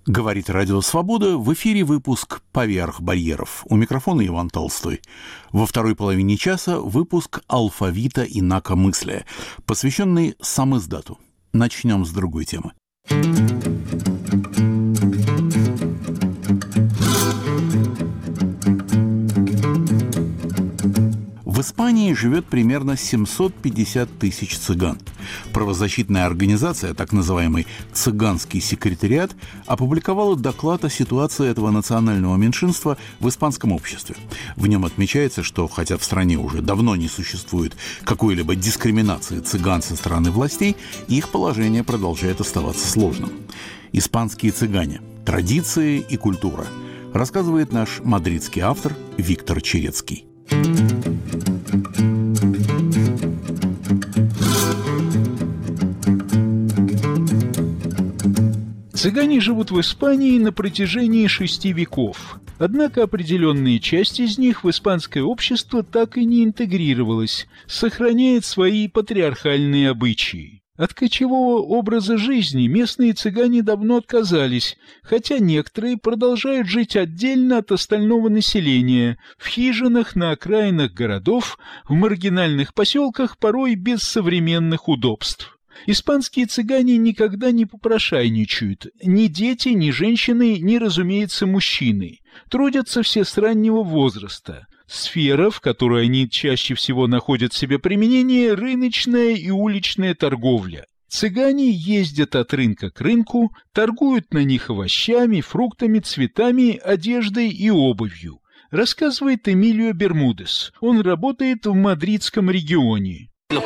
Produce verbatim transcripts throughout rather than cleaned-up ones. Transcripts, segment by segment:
Говорит Радио Свобода, в эфире выпуск «Поверх барьеров». У микрофона Иван Толстой. Во второй половине часа выпуск «Алфавита инакомыслия», посвященный самиздату. Начнем с другой темы. В Испании живет примерно семьсот пятьдесят тысяч цыган. Правозащитная организация, так называемый «Цыганский секретариат», опубликовала доклад о ситуации этого национального меньшинства в испанском обществе. В нем отмечается, что хотя в стране уже давно не существует какой-либо дискриминации цыган со стороны властей, их положение продолжает оставаться сложным. Испанские цыгане. Традиции и культура. Рассказывает наш мадридский автор Виктор Черецкий. Цыгане живут в Испании на протяжении шести веков. Однако определенная часть из них в испанское общество так и не интегрировалась, сохраняет свои патриархальные обычаи. От кочевого образа жизни местные цыгане давно отказались, хотя некоторые продолжают жить отдельно от остального населения, в хижинах на окраинах городов, в маргинальных поселках, порой без современных удобств. Испанские цыгане никогда не попрошайничают, ни дети, ни женщины, ни, разумеется, мужчины. Трудятся все с раннего возраста. Сфера, в которой они чаще всего находят себе применение, рыночная и уличная торговля. Цыгане ездят от рынка к рынку, торгуют на них овощами, фруктами, цветами, одеждой и обувью. Рассказывает Эмилио Бермудес. Он работает в мадридском регионе.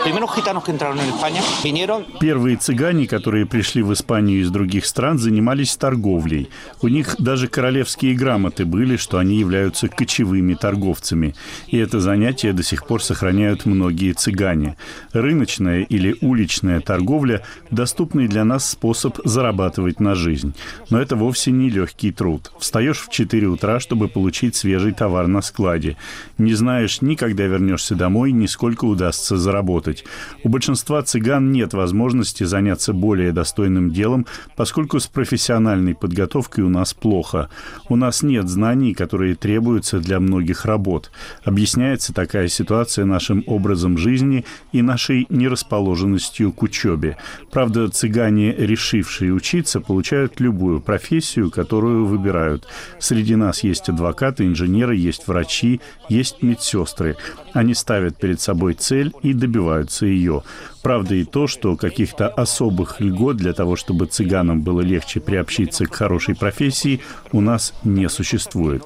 Первые цыгане, которые пришли в Испанию из других стран, занимались торговлей. У них даже королевские грамоты были, что они являются кочевыми торговцами. И это занятие до сих пор сохраняют многие цыгане. Рыночная или уличная торговля – доступный для нас способ зарабатывать на жизнь. Но это вовсе не легкий труд. Встаешь в четыре утра, чтобы получить свежий товар на складе. Не знаешь ни когда вернешься домой, ни сколько удастся заработать. У большинства цыган нет возможности заняться более достойным делом, поскольку с профессиональной подготовкой у нас плохо. У нас нет знаний, которые требуются для многих работ. Объясняется такая ситуация нашим образом жизни и нашей нерасположенностью к учебе. Правда, цыгане, решившие учиться, получают любую профессию, которую выбирают. Среди нас есть адвокаты, инженеры, есть врачи, есть медсестры. Они ставят перед собой цель и добиваются ее. Правда и то, что каких-то особых льгот для того, чтобы цыганам было легче приобщиться к хорошей профессии, у нас не существует.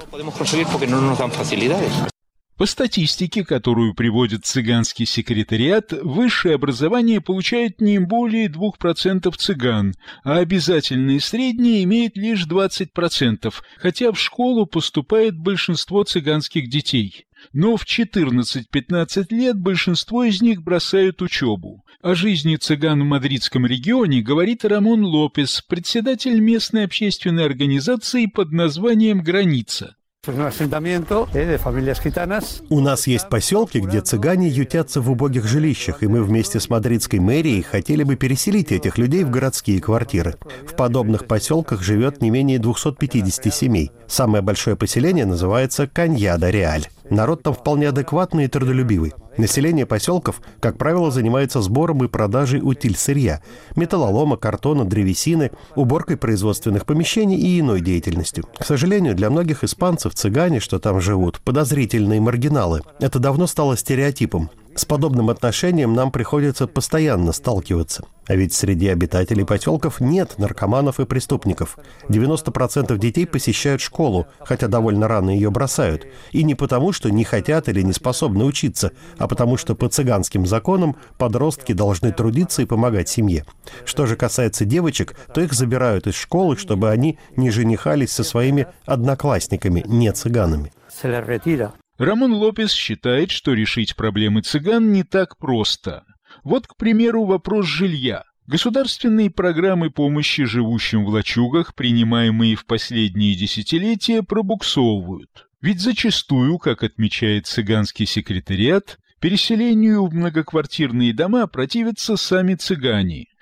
По статистике, которую приводит цыганский секретариат, высшее образование получает не более двух процентов цыган, а обязательное среднее имеет лишь двадцать процентов, хотя в школу поступает большинство цыганских детей. Но в четырнадцать-пятнадцать лет большинство из них бросают учебу. О жизни цыган в мадридском регионе говорит Рамон Лопес, председатель местной общественной организации под названием «Граница». У нас есть поселки, где цыгане ютятся в убогих жилищах, и мы вместе с мадридской мэрией хотели бы переселить этих людей в городские квартиры. В подобных поселках живет не менее двухсот пятидесяти семей. Самое большое поселение называется Каньяда-Реаль. Народ там вполне адекватный и трудолюбивый. Население поселков, как правило, занимается сбором и продажей утиль-сырья, металлолома, картона, древесины, уборкой производственных помещений и иной деятельностью. К сожалению, для многих испанцев цыгане, что там живут, подозрительные маргиналы. Это давно стало стереотипом. С подобным отношением нам приходится постоянно сталкиваться. А ведь среди обитателей поселков нет наркоманов и преступников. девяносто процентов детей посещают школу, хотя довольно рано ее бросают. И не потому, что не хотят или не способны учиться, а потому что по цыганским законам подростки должны трудиться и помогать семье. Что же касается девочек, то их забирают из школы, чтобы они не женихались со своими одноклассниками, не цыганами. Рамон Лопес считает, что решить проблемы цыган не так просто. Вот, к примеру, вопрос жилья. Государственные программы помощи живущим в лачугах, принимаемые в последние десятилетия, пробуксовывают. Ведь зачастую, как отмечает цыганский секретариат, переселению в многоквартирные дома противятся сами цыгане.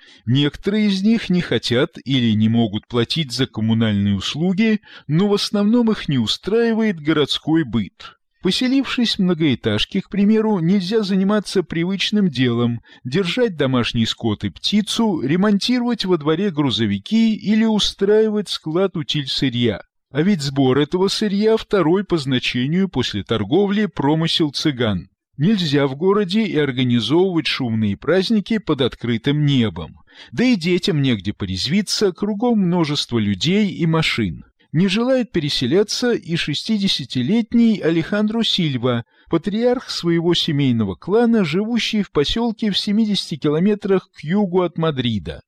Некоторые из них не хотят или не могут платить за коммунальные услуги, но в основном их не устраивает городской быт. Поселившись в многоэтажке, к примеру, нельзя заниматься привычным делом – держать домашний скот и птицу, ремонтировать во дворе грузовики или устраивать склад утиль сырья. А ведь сбор этого сырья – второй по значению после торговли промысел цыган. Нельзя в городе и организовывать шумные праздники под открытым небом. Да и детям негде порезвиться, кругом множество людей и машин. Не желает переселяться и шестидесятилетний Алехандро Сильва, патриарх своего семейного клана, живущий в поселке в семидесяти километрах к югу от Мадрида.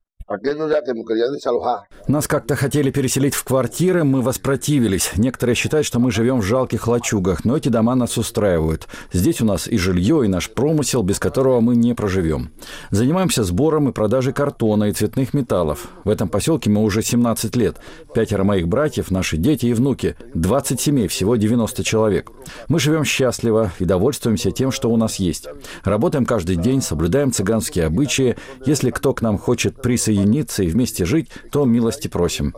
Нас как-то хотели переселить в квартиры, мы воспротивились. Некоторые считают, что мы живем в жалких лачугах, но эти дома нас устраивают. Здесь у нас и жилье, и наш промысел, без которого мы не проживем. Занимаемся сбором и продажей картона и цветных металлов. В этом поселке мы уже семнадцать лет. Пятеро моих братьев, наши дети и внуки. двадцать семей, всего девяносто человек. Мы живем счастливо и довольствуемся тем, что у нас есть. Работаем каждый день, соблюдаем цыганские обычаи. Если кто к нам хочет присоединиться и вместе жить, то милости просим.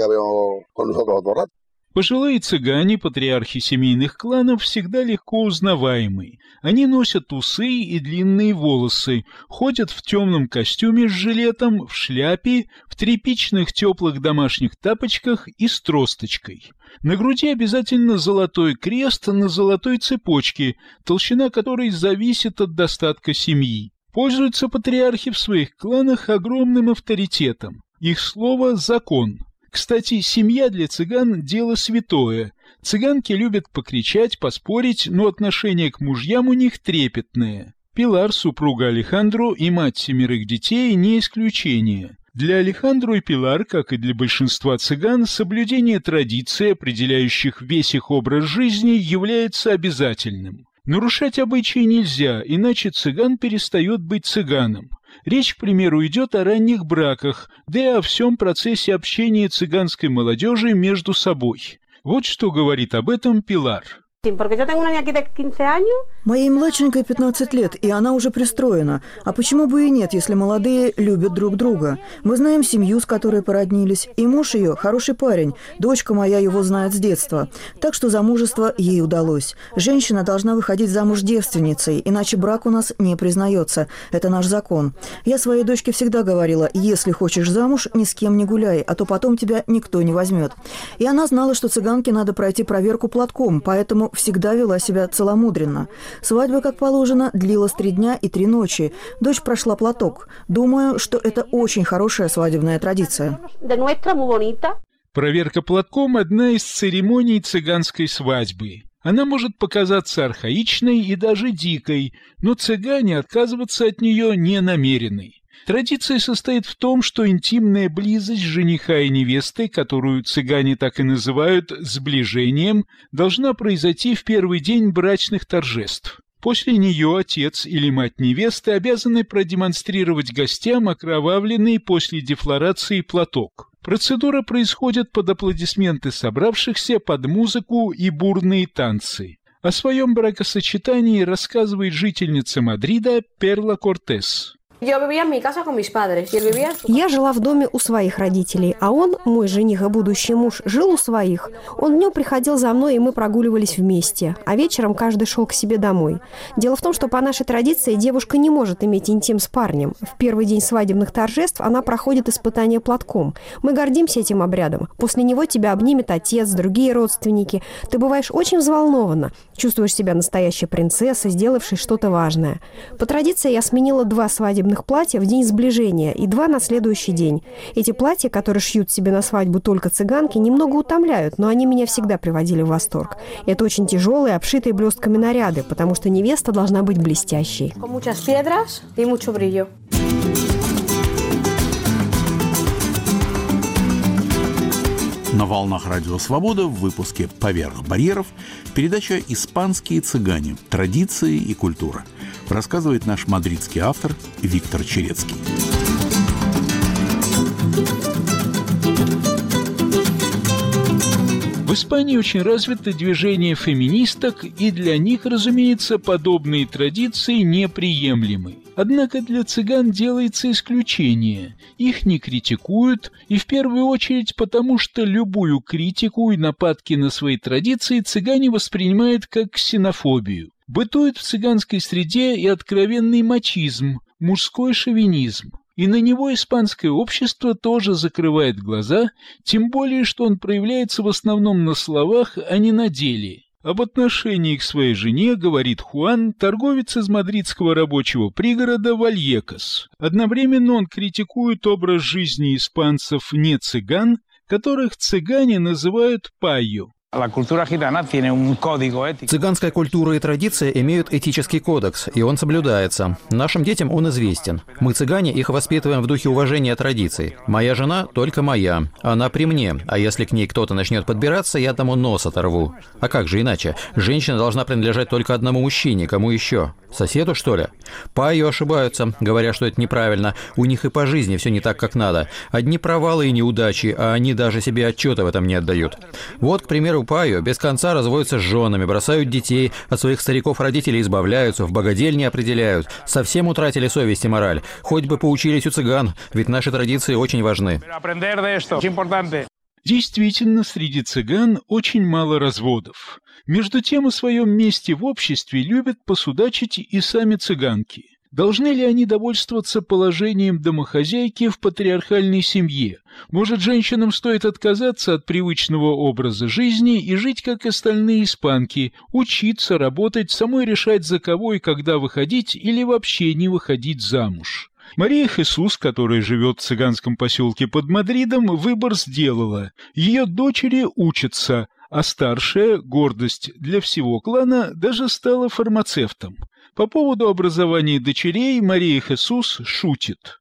Пожилые цыгане, патриархи семейных кланов, всегда легко узнаваемы. Они носят усы и длинные волосы, ходят в темном костюме с жилетом, в шляпе, в тряпичных теплых домашних тапочках и с тросточкой. На груди обязательно золотой крест на золотой цепочке, толщина которой зависит от достатка семьи. Пользуются патриархи в своих кланах огромным авторитетом. Их слово – закон. Кстати, семья для цыган – дело святое. Цыганки любят покричать, поспорить, но отношение к мужьям у них трепетное. Пилар, супруга Алехандро и мать семерых детей – не исключение. Для Алехандро и Пилар, как и для большинства цыган, соблюдение традиций, определяющих весь их образ жизни, является обязательным. Нарушать обычаи нельзя, иначе цыган перестает быть цыганом. Речь, к примеру, идет о ранних браках, да и о всем процессе общения цыганской молодежи между собой. Вот что говорит об этом Пилар. Моей младшенькой пятнадцать лет, и она уже пристроена. А почему бы и нет, если молодые любят друг друга? Мы знаем семью, с которой породнились, и муж ее хороший парень. Дочка моя его знает с детства. Так что замужество ей удалось. Женщина должна выходить замуж девственницей, иначе брак у нас не признается. Это наш закон. Я своей дочке всегда говорила, если хочешь замуж, ни с кем не гуляй, а то потом тебя никто не возьмет. И она знала, что цыганке надо пройти проверку платком, поэтому всегда вела себя целомудренно. Свадьба, как положено, длилась три дня и три ночи. Дочь прошла платок. Думаю, что это очень хорошая свадебная традиция. Проверка платком – одна из церемоний цыганской свадьбы. Она может показаться архаичной и даже дикой, но цыгане отказываться от нее не намерены. Традиция состоит в том, что интимная близость жениха и невесты, которую цыгане так и называют «сближением», должна произойти в первый день брачных торжеств. После нее отец или мать невесты обязаны продемонстрировать гостям окровавленный после дефлорации платок. Процедура происходит под аплодисменты собравшихся, под музыку и бурные танцы. О своем бракосочетании рассказывает жительница Мадрида Перла Кортес. Я жила в доме у своих родителей, а он, мой жених и будущий муж, жил у своих. Он днем приходил за мной, и мы прогуливались вместе, а вечером каждый шел к себе домой. Дело в том, что по нашей традиции девушка не может иметь интим с парнем. В первый день свадебных торжеств она проходит испытание платком. Мы гордимся этим обрядом. После него тебя обнимет отец, другие родственники. Ты бываешь очень взволнована, чувствуешь себя настоящей принцессой, сделавшей что-то важное. По традиции я сменила два свадебных платья в день сближения и два на следующий день. Эти платья, которые шьют себе на свадьбу только цыганки, немного утомляют, но они меня всегда приводили в восторг. Это очень тяжелые, обшитые блестками наряды, потому что невеста должна быть блестящей. На волнах Радио Свобода в выпуске «Поверх барьеров» передача «Испанские цыгане. Традиции и культура». Рассказывает наш мадридский автор Виктор Черецкий. В Испании очень развито движение феминисток, и для них, разумеется, подобные традиции неприемлемы. Однако для цыган делается исключение. Их не критикуют, и в первую очередь потому, что любую критику и нападки на свои традиции цыгане воспринимают как ксенофобию. Бытует в цыганской среде и откровенный мачизм, мужской шовинизм. И на него испанское общество тоже закрывает глаза, тем более, что он проявляется в основном на словах, а не на деле. Об отношении к своей жене говорит Хуан, торговец из мадридского рабочего пригорода Вальекас. Одновременно он критикует образ жизни испанцев не цыган, которых цыгане называют пайо. Цыганская культура и традиция имеют этический кодекс, и он соблюдается. Нашим детям он известен. Мы, цыгане, их воспитываем в духе уважения традиций. Моя жена только моя. Она при мне, а если к ней кто-то начнет подбираться, я тому нос оторву. А как же иначе? Женщина должна принадлежать только одному мужчине, кому еще? Соседу, что ли? Пайо ошибаются, говоря, что это неправильно. У них и по жизни все не так, как надо. Одни провалы и неудачи, а они даже себе отчета в этом не отдают. Вот, к примеру, пайо без конца разводятся с женами, бросают детей, от своих стариков-родителей избавляются, в богадельни определяют. Совсем утратили совесть и мораль. Хоть бы поучились у цыган, ведь наши традиции очень важны. Действительно, среди цыган очень мало разводов. Между тем, о своем месте в обществе любят посудачить и сами цыганки. Должны ли они довольствоваться положением домохозяйки в патриархальной семье? Может, женщинам стоит отказаться от привычного образа жизни и жить, как остальные испанки, учиться, работать, самой решать, за кого и когда выходить или вообще не выходить замуж? Мария Хесус, которая живет в цыганском поселке под Мадридом, выбор сделала. Ее дочери учатся, а старшая, гордость для всего клана, даже стала фармацевтом. По поводу образования дочерей Мария Хесус шутит.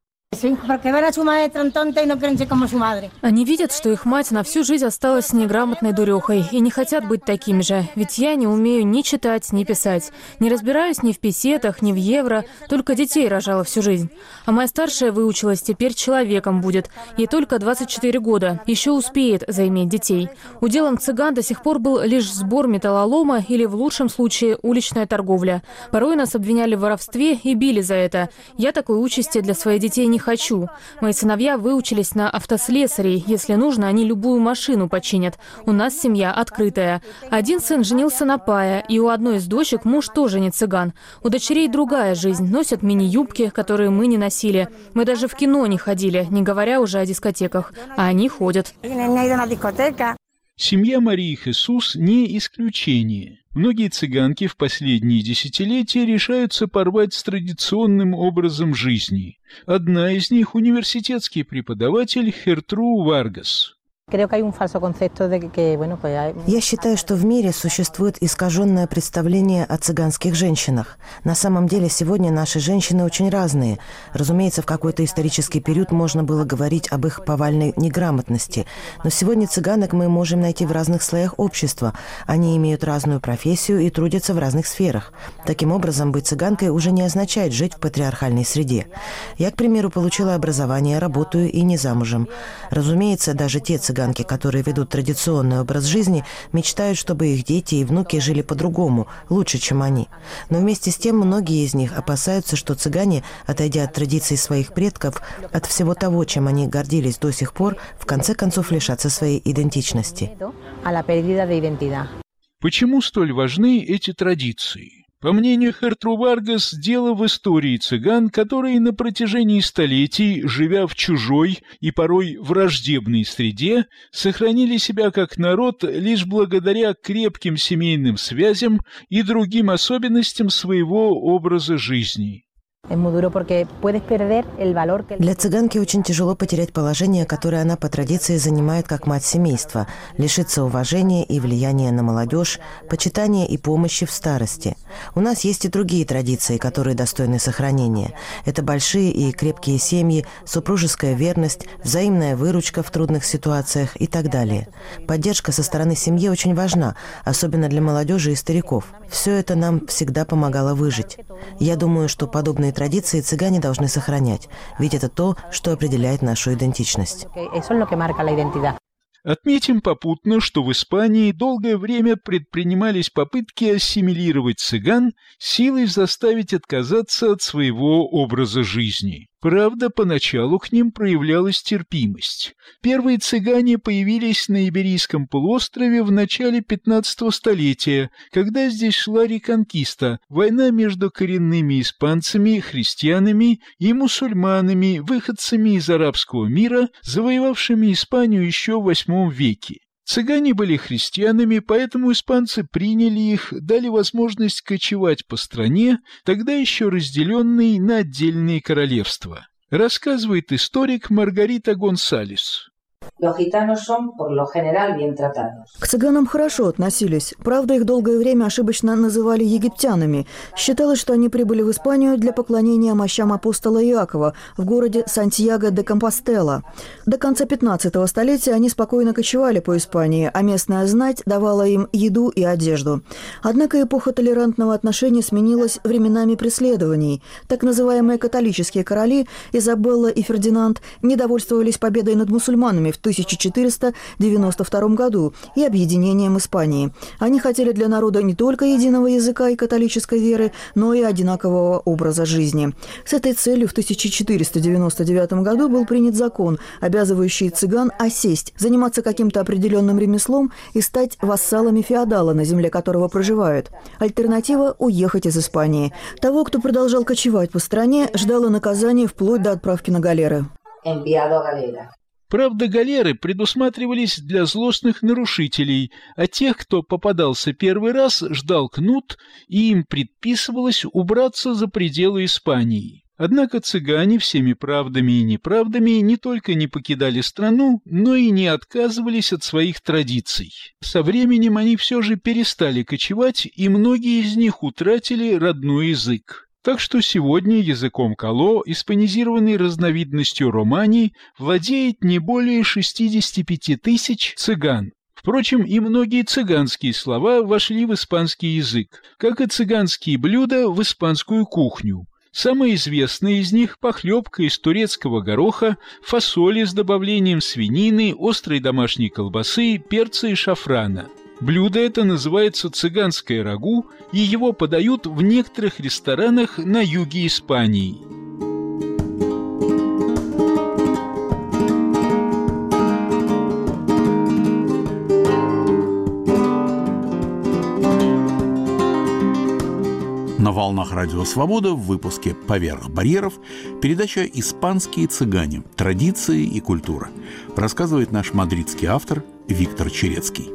Они видят, что их мать на всю жизнь осталась неграмотной дурехой и не хотят быть такими же, ведь я не умею ни читать, ни писать. Не разбираюсь ни в песетах, ни в евро, только детей рожала всю жизнь. А моя старшая выучилась, теперь человеком будет. Ей только двадцать четыре года, еще успеет заиметь детей. Уделом цыган до сих пор был лишь сбор металлолома или, в лучшем случае, уличная торговля. Порой нас обвиняли в воровстве и били за это. Я такой участи для своих детей не хочу. Мои сыновья выучились на автослесарей. Если нужно, они любую машину починят. У нас семья открытая. Один сын женился на пае, и у одной из дочек муж тоже не цыган. У дочерей другая жизнь. Носят мини-юбки, которые мы не носили. Мы даже в кино не ходили, не говоря уже о дискотеках. А они ходят. Семья Марии Хесус не исключение. Многие цыганки в последние десятилетия решаются порвать с традиционным образом жизни. Одна из них – университетский преподаватель Хертру Варгас. Я считаю, что в мире существует искаженное представление о цыганских женщинах. На самом деле сегодня наши женщины очень разные. Разумеется, в какой-то исторический период можно было говорить об их повальной неграмотности. Но сегодня цыганок мы можем найти в разных слоях общества. Они имеют разную профессию и трудятся в разных сферах. Таким образом, быть цыганкой уже не означает жить в патриархальной среде. Я, к примеру, получила образование, работаю и не замужем. Разумеется, даже те цыганки, которые ведут традиционный образ жизни, мечтают, чтобы их дети и внуки жили по-другому, лучше, чем они. Но вместе с тем многие из них опасаются, что цыгане, отойдя от традиций своих предков, от всего того, чем они гордились до сих пор, в конце концов лишатся своей идентичности. Почему столь важны эти традиции? По мнению Хертру Варгас, дело в истории цыган, которые на протяжении столетий, живя в чужой и порой враждебной среде, сохранили себя как народ лишь благодаря крепким семейным связям и другим особенностям своего образа жизни. Для цыганки очень тяжело потерять положение, которое она по традиции занимает как мать семейства, лишиться уважения и влияния на молодежь, почитания и помощи в старости. У нас есть и другие традиции, которые достойны сохранения. Это большие и крепкие семьи, супружеская верность, взаимная выручка в трудных ситуациях и так далее. Поддержка со стороны семьи очень важна, особенно для молодежи и стариков. Все это нам всегда помогало выжить. Я думаю, что подобные традиции цыгане должны сохранять, ведь это то, что определяет нашу идентичность. Отметим попутно, что в Испании долгое время предпринимались попытки ассимилировать цыган, силой заставить отказаться от своего образа жизни. Правда, поначалу к ним проявлялась терпимость. Первые цыгане появились на Иберийском полуострове в начале пятнадцатого столетия, когда здесь шла реконкиста, война между коренными испанцами, христианами и мусульманами, выходцами из арабского мира, завоевавшими Испанию еще в восьмом веке. Цыгане были христианами, поэтому испанцы приняли их, дали возможность кочевать по стране, тогда еще разделенной на отдельные королевства. Рассказывает историк Маргарита Гонсалес. К цыганам хорошо относились. Правда, их долгое время ошибочно называли египтянами. Считалось, что они прибыли в Испанию для поклонения мощам апостола Иакова в городе Сантьяго-де-Компостела. До конца пятнадцатого столетия они спокойно кочевали по Испании, а местная знать давала им еду и одежду. Однако эпоха толерантного отношения сменилась временами преследований. Так называемые католические короли Изабелла и Фердинанд недовольствовались победой над мусульманами в тысяча четыреста девяносто втором году и объединением Испании. Они хотели для народа не только единого языка и католической веры, но и одинакового образа жизни. С этой целью в тысяча четыреста девяносто девятом году был принят закон, обязывающий цыган осесть, заниматься каким-то определенным ремеслом и стать вассалами феодала, на земле которого проживают. Альтернатива – уехать из Испании. Того, кто продолжал кочевать по стране, ждало наказание вплоть до отправки на галеры. Правда, галеры предусматривались для злостных нарушителей, а тех, кто попадался первый раз, ждал кнут, и им предписывалось убраться за пределы Испании. Однако цыгане всеми правдами и неправдами не только не покидали страну, но и не отказывались от своих традиций. Со временем они все же перестали кочевать, и многие из них утратили родной язык. Так что сегодня языком кало, испанизированной разновидностью романи, владеет не более шестьдесят пять тысяч цыган. Впрочем, и многие цыганские слова вошли в испанский язык, как и цыганские блюда в испанскую кухню. Самые известные из них – похлебка из турецкого гороха, фасоли с добавлением свинины, острой домашней колбасы, перца и шафрана. Блюдо это называется цыганское рагу, и его подают в некоторых ресторанах на юге Испании. На волнах Радио Свобода в выпуске «Поверх барьеров» передача «Испанские цыгане. Традиции и культура». Рассказывает наш мадридский автор Виктор Черецкий.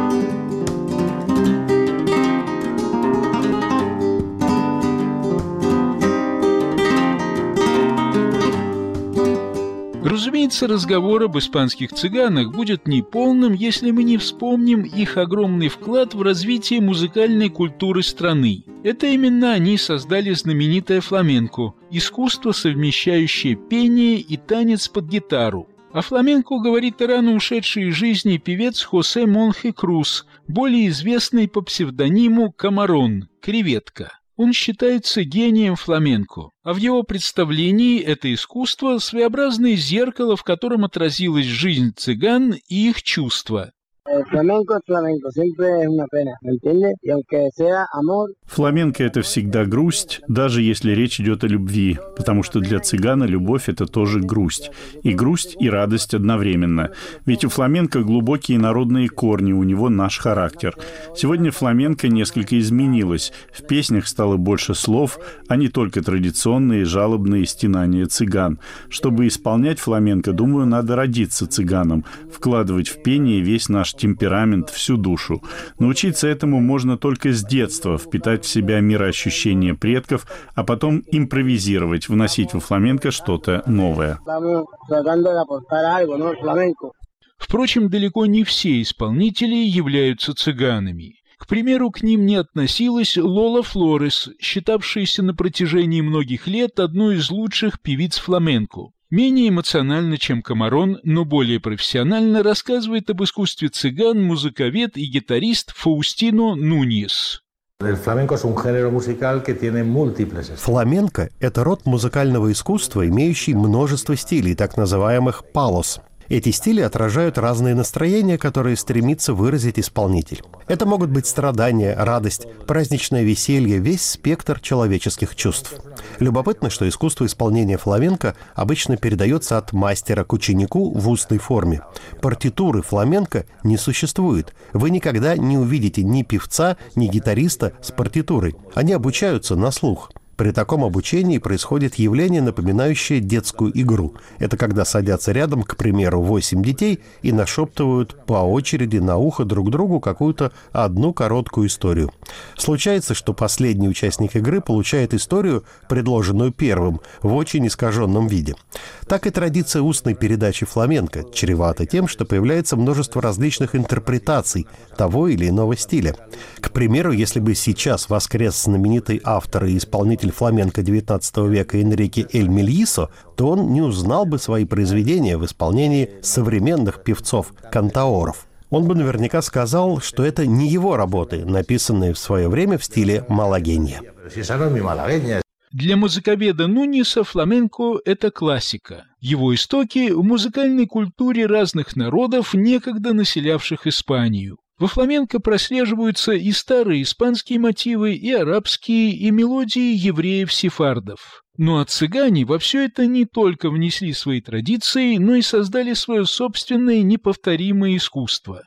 Разумеется, разговор об испанских цыганах будет неполным, если мы не вспомним их огромный вклад в развитие музыкальной культуры страны. Это именно они создали знаменитое фламенко – искусство, совмещающее пение и танец под гитару. О фламенко говорит рано ушедший из жизни певец Хосе Монхе Крус, более известный по псевдониму Камарон – креветка. Он считается гением фламенко, а в его представлении это искусство – своеобразное зеркало, в котором отразилась жизнь цыган и их чувства. Фламенко – это всегда грусть, даже если речь идет о любви, потому что для цыгана любовь – это тоже грусть. И грусть, и радость одновременно. Ведь у фламенко глубокие народные корни, у него наш характер. Сегодня фламенко несколько изменилось. В песнях стало больше слов, а не только традиционные жалобные стенания цыган. Чтобы исполнять фламенко, думаю, надо родиться цыганом, вкладывать в пение весь наш темперамент, всю душу. Научиться этому можно только с детства, впитать в себя мироощущение предков, а потом импровизировать, вносить во фламенко что-то новое. Впрочем, далеко не все исполнители являются цыганами. К примеру, к ним не относилась Лола Флорес, считавшаяся на протяжении многих лет одной из лучших певиц фламенко. Менее эмоционально, чем Камарон, но более профессионально рассказывает об искусстве цыган музыковед и гитарист Фаустино Нуньес. Фламенко – это род музыкального искусства, имеющий множество стилей, так называемых палос. Эти стили отражают разные настроения, которые стремится выразить исполнитель. Это могут быть страдания, радость, праздничное веселье, весь спектр человеческих чувств. Любопытно, что искусство исполнения фламенко обычно передается от мастера к ученику в устной форме. Партитуры фламенко не существует. Вы никогда не увидите ни певца, ни гитариста с партитурой. Они обучаются на слух. При таком обучении происходит явление, напоминающее детскую игру. Это когда садятся рядом, к примеру, восемь детей и нашептывают по очереди на ухо друг другу какую-то одну короткую историю. Случается, что последний участник игры получает историю, предложенную первым, в очень искаженном виде. Так и традиция устной передачи фламенко чревата тем, что появляется множество различных интерпретаций того или иного стиля. К примеру, если бы сейчас воскрес знаменитый автор и исполнитель фламенко девятнадцатого века Энрике Эль Мельисо, то он не узнал бы свои произведения в исполнении современных певцов-кантаоров. Он бы наверняка сказал, что это не его работы, написанные в свое время в стиле малагенья. Для музыковеда Нуниса фламенко – это классика. Его истоки в музыкальной культуре разных народов, некогда населявших Испанию. Во фламенко прослеживаются и старые испанские мотивы, и арабские, и мелодии евреев-сефардов. Ну а цыгане во все это не только внесли свои традиции, но и создали свое собственное неповторимое искусство.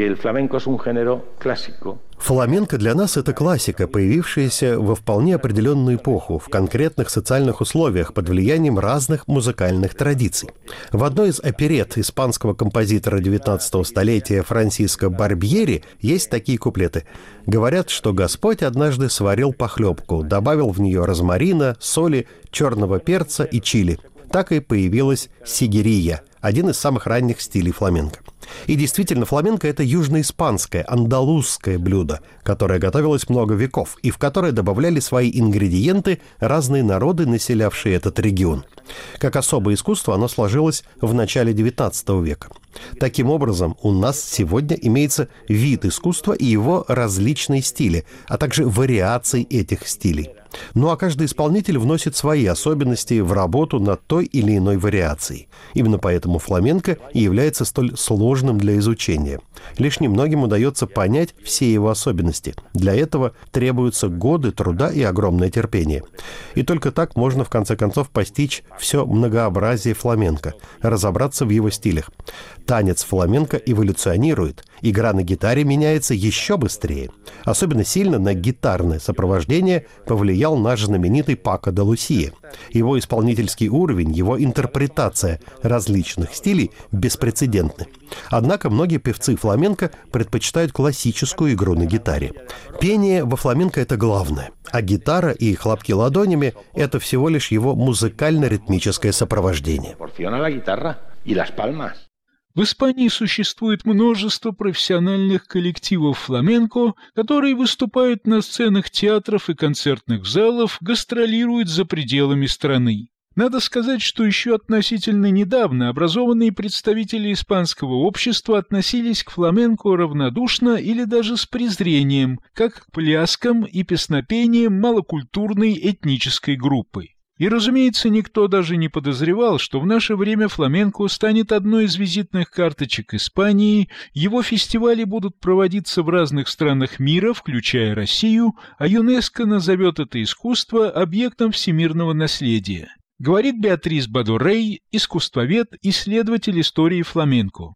Фламенко для нас — это классика, появившаяся во вполне определенную эпоху, в конкретных социальных условиях, под влиянием разных музыкальных традиций. В одной из оперет испанского композитора девятнадцатого столетия Франсиско Барбьери есть такие куплеты. Говорят, что Господь однажды сварил похлебку, добавил в нее розмарина, соли, черного перца и чили. Так и появилась сигирия, один из самых ранних стилей фламенко. И действительно, фламенко — это южноиспанское, андалузское блюдо, которое готовилось много веков и в которое добавляли свои ингредиенты разные народы, населявшие этот регион. Как особое искусство оно сложилось в начале девятнадцатого века. Таким образом, у нас сегодня имеется вид искусства и его различные стили, а также вариации этих стилей. Ну а каждый исполнитель вносит свои особенности в работу над той или иной вариацией. Именно поэтому фламенко и является столь сложным для изучения. Лишь немногим удается понять все его особенности. Для этого требуются годы труда и огромное терпение. И только так можно в конце концов постичь все многообразие фламенко, разобраться в его стилях. Танец фламенко эволюционирует, игра на гитаре меняется еще быстрее. Особенно сильно на гитарное сопровождение повлиял наш знаменитый Пако де Лусия. Его исполнительский уровень, его интерпретация различных стилей беспрецедентны. Однако многие певцы фламенко предпочитают классическую игру на гитаре. Пение во фламенко — это главное, а гитара и хлопки ладонями — это всего лишь его музыкально-ритмическое сопровождение. В Испании существует множество профессиональных коллективов фламенко, которые выступают на сценах театров и концертных залов, гастролируют за пределами страны. Надо сказать, что еще относительно недавно образованные представители испанского общества относились к фламенко равнодушно или даже с презрением, как к пляскам и песнопениям малокультурной этнической группы. И, разумеется, никто даже не подозревал, что в наше время фламенко станет одной из визитных карточек Испании, его фестивали будут проводиться в разных странах мира, включая Россию, а ЮНЕСКО назовет это искусство объектом всемирного наследия. Говорит Беатрис Бадо-Рей, искусствовед, исследователь истории фламенко.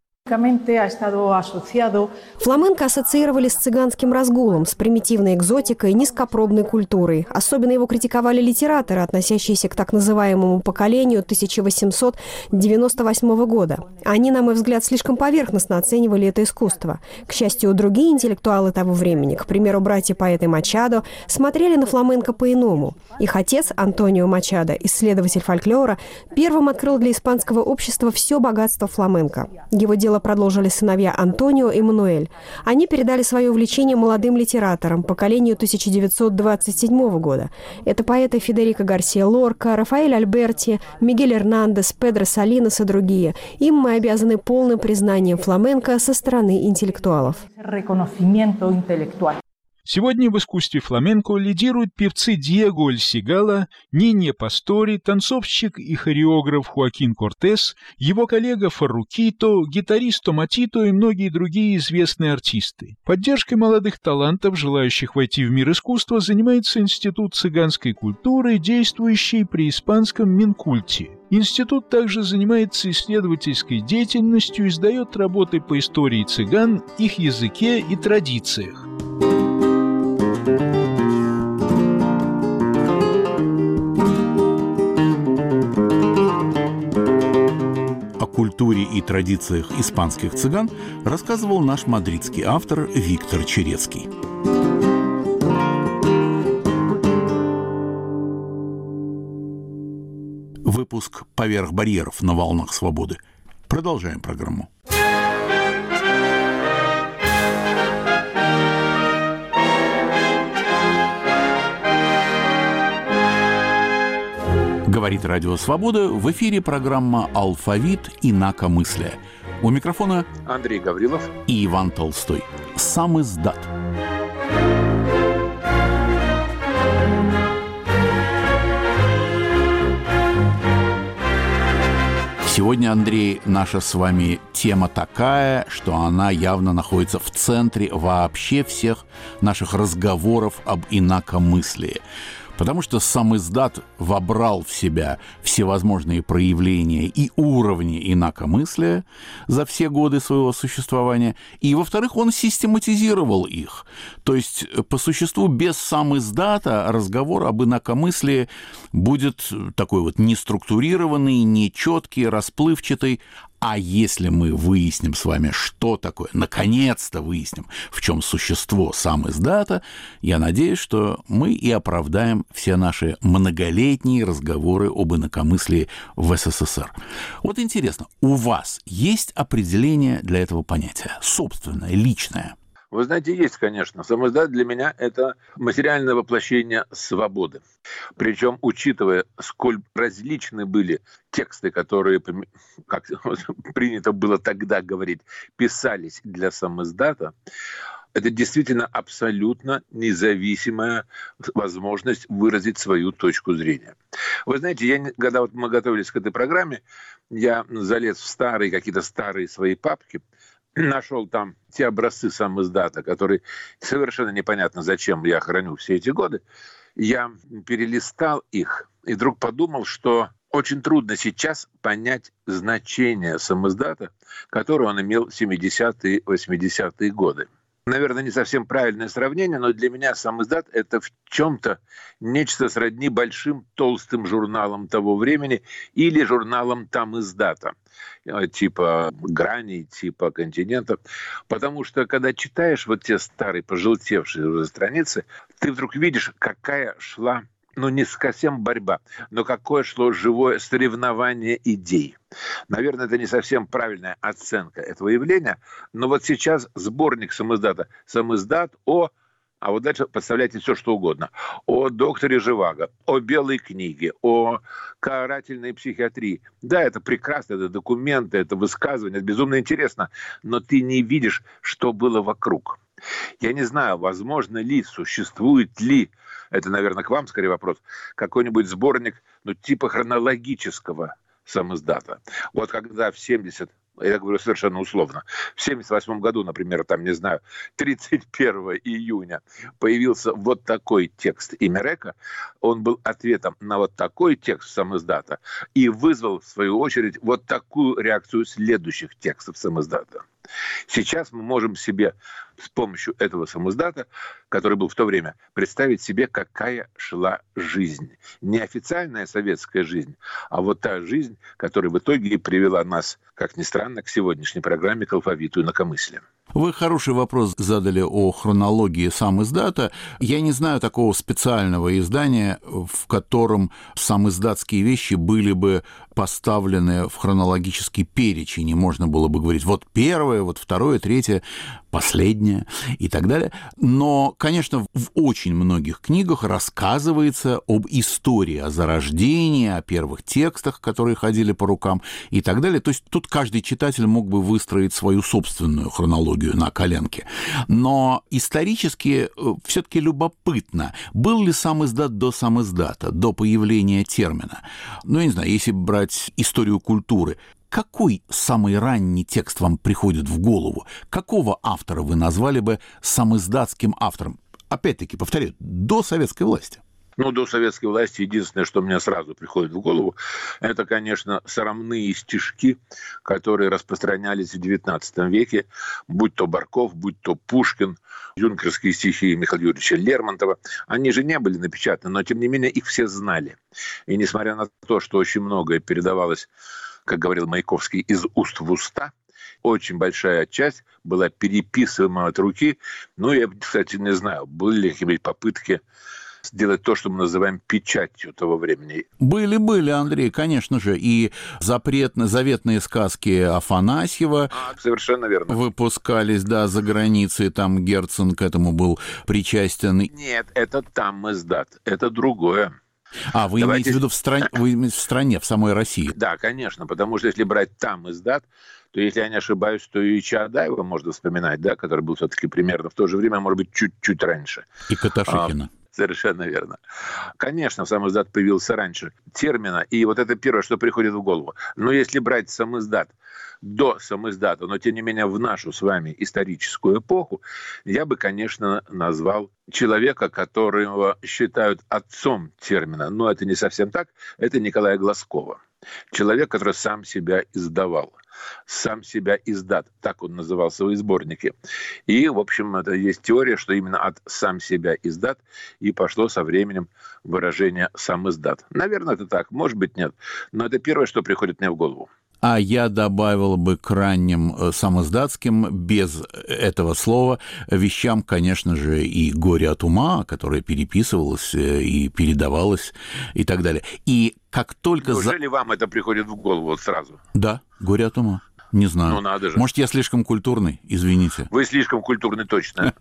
Фламенко ассоциировали с цыганским разгулом, с примитивной экзотикой, низкопробной культурой. Особенно его критиковали литераторы, относящиеся к так называемому поколению тысяча восемьсот девяносто восьмого года. Они, на мой взгляд, слишком поверхностно оценивали это искусство. К счастью, другие интеллектуалы того времени, к примеру, братья-поэты Мачадо, смотрели на фламенко по-иному. Их отец, Антонио Мачадо, исследователь фольклора, первым открыл для испанского общества все богатство фламенко. Его дело продолжили сыновья Антонио и Мануэль. Они передали свое увлечение молодым литераторам, поколению тысяча девятьсот двадцать седьмого года. Это поэты Федерико Гарсия Лорка, Рафаэль Альберти, Мигель Эрнандес, Педро Салинос и другие. Им мы обязаны полным признанием фламенко со стороны интеллектуалов. Сегодня в искусстве фламенко лидируют певцы Диего Эль Сигала, Нине Пастори, танцовщик и хореограф Хуакин Кортес, его коллега Фаррукито, гитарист Томатито и многие другие известные артисты. Поддержкой молодых талантов, желающих войти в мир искусства, занимается Институт цыганской культуры, действующий при испанском Минкульте. Институт также занимается исследовательской деятельностью и издает работы по истории цыган, их языке и традициях. О культуре и традициях испанских цыган рассказывал наш мадридский автор Виктор Черецкий. Выпуск «Поверх барьеров» на волнах свободы. Продолжаем программу. Говорит Радио Свобода, в эфире программа «Алфавит инакомыслия». У микрофона Андрей Гаврилов и Иван Толстой. Сам издат. Сегодня, Андрей, наша с вами тема такая, что она явно находится в центре вообще всех наших разговоров об инакомыслии. Потому что сам издат вобрал в себя всевозможные проявления и уровни инакомыслия за все годы своего существования, и, во-вторых, он систематизировал их. То есть, по существу, без сам издата разговор об инакомыслии будет такой вот неструктурированный, нечеткий, расплывчатый. А если мы выясним с вами, что такое, наконец-то выясним, в чем существо сам издата, я надеюсь, что мы и оправдаем все наши многолетние разговоры об инакомыслии в СССР. Вот интересно, у вас есть определение для этого понятия, собственное, личное? Вы знаете, есть, конечно. Сам издат для меня – это материальное воплощение свободы. Причем, учитывая, сколь различны были тексты, которые, как принято было тогда говорить, писались для сам издата, это действительно абсолютно независимая возможность выразить свою точку зрения. Вы знаете, я, когда вот мы готовились к этой программе, я залез в старые, какие-то старые свои папки, нашел там те образцы сам издата, которые совершенно непонятно, зачем я храню все эти годы. Я перелистал их и вдруг подумал, что очень трудно сейчас понять значение сам издата, которое он имел в семидесятые, восьмидесятые годы. Наверное, не совсем правильное сравнение, но для меня сам издат – это в чем-то нечто сродни большим толстым журналам того времени или журналам там издата, типа «Граней», типа «Континентов». Потому что, когда читаешь вот те старые, пожелтевшие уже страницы, ты вдруг видишь, какая шла, ну, не совсем борьба, но какое шло живое соревнование идей. Наверное, это не совсем правильная оценка этого явления, но вот сейчас сборник сам издата, сам издат о, а вот дальше представляйте все, что угодно, о докторе Живаго, о белой книге, о карательной психиатрии. Да, это прекрасно, это документы, это высказывания, это безумно интересно, но ты не видишь, что было вокруг. Я не знаю, возможно ли, существует ли, это, наверное, к вам скорее вопрос, какой-нибудь сборник, ну, типа хронологического сам издата. Вот когда в семьдесят, я говорю совершенно условно, в семьдесят восьмом году, например, там, не знаю, тридцать первого июня появился вот такой текст Имерека, он был ответом на вот такой текст сам издата и вызвал, в свою очередь, вот такую реакцию следующих текстов сам издата. Сейчас мы можем себе с помощью этого сам издата, который был в то время, представить себе, какая шла жизнь. Не официальная советская жизнь, а вот та жизнь, которая в итоге и привела нас, как ни странно, к сегодняшней программе к алфавиту инакомыслия. Вы хороший вопрос задали о хронологии сам издата. Я не знаю такого специального издания, в котором сам издатские вещи были бы поставлены в хронологический перечень, и можно было бы говорить, вот первое, вот второе, третье, последнее и так далее. Но, конечно, в очень многих книгах рассказывается об истории, о зарождении, о первых текстах, которые ходили по рукам и так далее. То есть тут каждый читатель мог бы выстроить свою собственную хронологию терминологию на коленке. Но исторически все-таки любопытно, был ли самиздат до самиздата, до появления термина. Ну, я не знаю, если брать историю культуры, какой самый ранний текст вам приходит в голову? Какого автора вы назвали бы самиздатским автором? Опять-таки, повторяю, до советской власти. Ну, до советской власти единственное, что мне сразу приходит в голову, это, конечно, срамные стишки, которые распространялись в девятнадцатом веке, будь то Барков, будь то Пушкин, юнкерские стихи Михаила Юрьевича Лермонтова. Они же не были напечатаны, но, тем не менее, их все знали. И несмотря на то, что очень многое передавалось, как говорил Маяковский, из уст в уста, очень большая часть была переписываема от руки. Ну, я, кстати, не знаю, были ли какие-нибудь попытки сделать то, что мы называем печатью того времени. Были-были, Андрей, конечно же, и запретные, заветные сказки Афанасьева а, совершенно верно. Выпускались, да, за границей, там Герцен к этому был причастен. Нет, это тамиздат, это другое. А, вы Давайте... имеете в виду в стране, вы имеете в стране, в самой России? Да, конечно, потому что если брать тамиздат, то, если я не ошибаюсь, то и Чаадаева можно вспоминать, да, который был все-таки примерно в то же время, может быть, чуть-чуть раньше. И Каташихина. А, совершенно верно. Конечно, самиздат появился раньше термина, и вот это первое, что приходит в голову. Но если брать самиздат до самиздата, но, тем не менее, в нашу с вами историческую эпоху, я бы, конечно, назвал человека, которого считают отцом термина. Но это не совсем так. Это Николая Глазкова. Человек, который сам себя издавал. Сам себя издат, так он называл свои сборники. И, в общем, это есть теория, что именно от сам себя издат и пошло со временем выражение самиздат. Наверное, это так, может быть, нет. Но это первое, что приходит мне в голову. А я добавил бы к ранним самиздатским, без этого слова, вещам, конечно же, и «Горе от ума», которое переписывалось и передавалось и так далее. И как только... Неужели за... вам это приходит в голову вот сразу? Да, «Горе от ума». Не знаю. Ну, надо же. Может, я слишком культурный, извините. Вы слишком культурный, точно.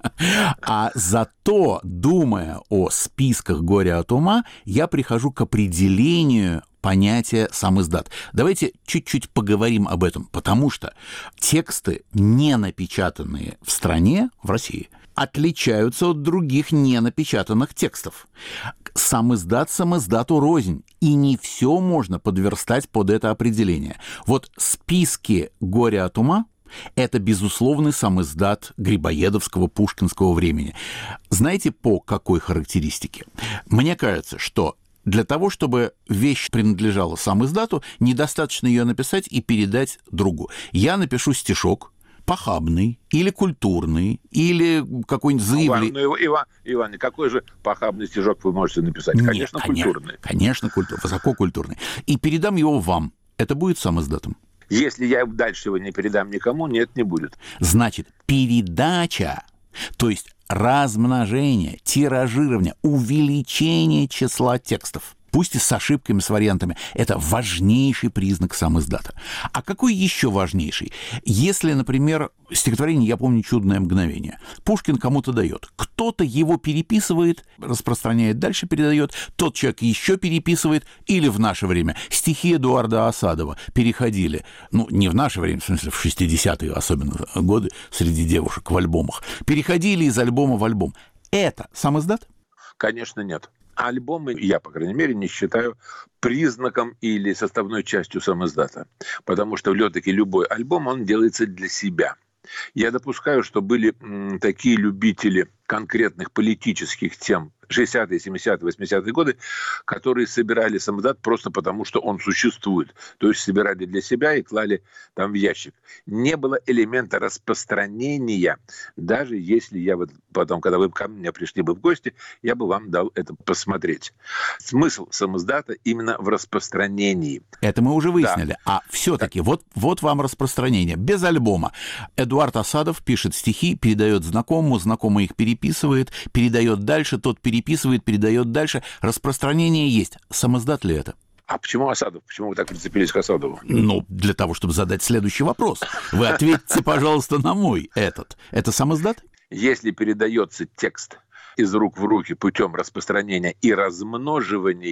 А зато, думая о списках «Горя от ума», я прихожу к определению понятия самиздат. Давайте чуть-чуть поговорим об этом, потому что тексты, не напечатанные в стране, в России, отличаются от других ненапечатанных текстов. Самиздат самиздату рознь, и не все можно подверстать под это определение. Вот списки «Горя от ума» — это безусловный самиздат грибоедовского, пушкинского времени. Знаете, по какой характеристике? Мне кажется, что для того, чтобы вещь принадлежала самиздату, недостаточно ее написать и передать другу. Я напишу стишок, похабный, или культурный, или какой-нибудь заявление. Ну, Иван, Иван, какой же похабный стишок вы можете написать? Нет, конечно, конечно, культурный. Конечно, культурный, высококультурный. И передам его вам. Это будет самиздатом? Если я дальше его не передам никому, нет, не будет. Значит, передача, то есть размножение, тиражирование, увеличение числа текстов, пусть и с ошибками, с вариантами, это важнейший признак самиздата. А какой еще важнейший? Если, например, стихотворение «Я помню чудное мгновение» Пушкин кому-то дает, кто-то его переписывает, распространяет дальше, передает, тот человек еще переписывает, или в наше время стихи Эдуарда Асадова переходили, ну, не в наше время, в смысле, в шестидесятые особенно годы, среди девушек в альбомах, переходили из альбома в альбом. Это самиздат? Конечно, нет. Альбомы, я, по крайней мере, не считаю признаком или составной частью самиздата. Потому что, все-таки, любой альбом, он делается для себя. Я допускаю, что были м, такие любители конкретных политических тем шестидесятые, семидесятые, восьмидесятые годы, которые собирали самиздат просто потому, что он существует. То есть собирали для себя и клали там в ящик. Не было элемента распространения, даже если я вот потом, когда вы ко мне пришли бы в гости, я бы вам дал это посмотреть. Смысл самиздата именно в распространении. Это мы уже выяснили. Да. А все-таки да. вот, вот вам распространение. Без альбома. Эдуард Асадов пишет стихи, передает знакомому, знакомый их переписывает, передает дальше, тот переписывает, переписывает, передает дальше. Распространение есть. Самиздат ли это? А почему Асадов? Почему вы так прицепились к Асадову? Ну, для того, чтобы задать следующий вопрос. Вы ответьте, пожалуйста, на мой этот. Это самиздат? Если передается текст из рук в руки путем распространения и размноживания,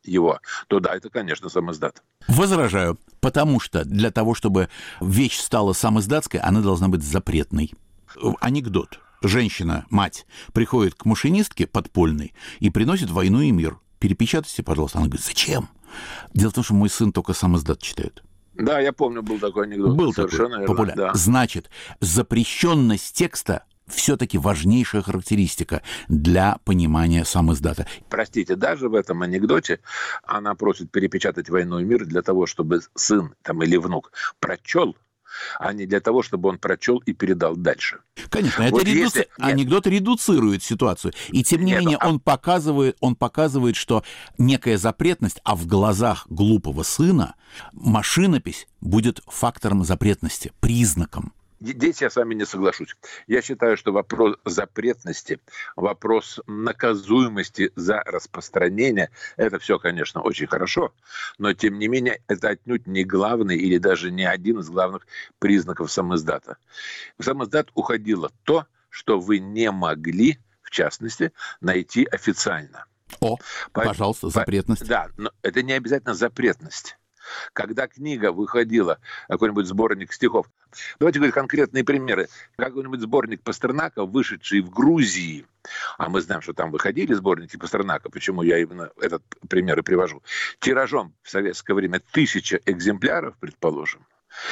его, то да, это, конечно, самиздат. Возражаю, потому что для того, чтобы вещь стала самиздатской, она должна быть запретной. Анекдот. Женщина, мать, приходит к машинистке подпольной и приносит «Войну и мир». Перепечатайте, пожалуйста. Она говорит, зачем? Дело в том, что мой сын только самиздат читает. Да, я помню, был такой анекдот. Был Совершенно такой популярный. Да. Значит, запрещенность текста все-таки важнейшая характеристика для понимания самиздата. Простите, даже в этом анекдоте она просит перепечатать «Войну и мир» для того, чтобы сын там, или внук прочел, а не для того, чтобы он прочел и передал дальше. Конечно, вот это редуци... если... анекдот редуцирует ситуацию. И тем не Нет, менее а... он, показывает, он показывает, что некая запретность, а в глазах глупого сына машинопись будет фактором запретности, признаком. Здесь я с вами не соглашусь. Я считаю, что вопрос запретности, вопрос наказуемости за распространение, это все, конечно, очень хорошо, но, тем не менее, это отнюдь не главный или даже не один из главных признаков самиздата. В самиздат уходило то, что вы не могли, в частности, найти официально. О, по... пожалуйста, запретность. Да, но это не обязательно запретность. Когда книга выходила, какой-нибудь сборник стихов, давайте говорить конкретные примеры. Какой-нибудь сборник Пастернака, вышедший в Грузии, а мы знаем, что там выходили сборники Пастернака, почему я именно этот пример и привожу, тиражом в советское время тысяча экземпляров, предположим,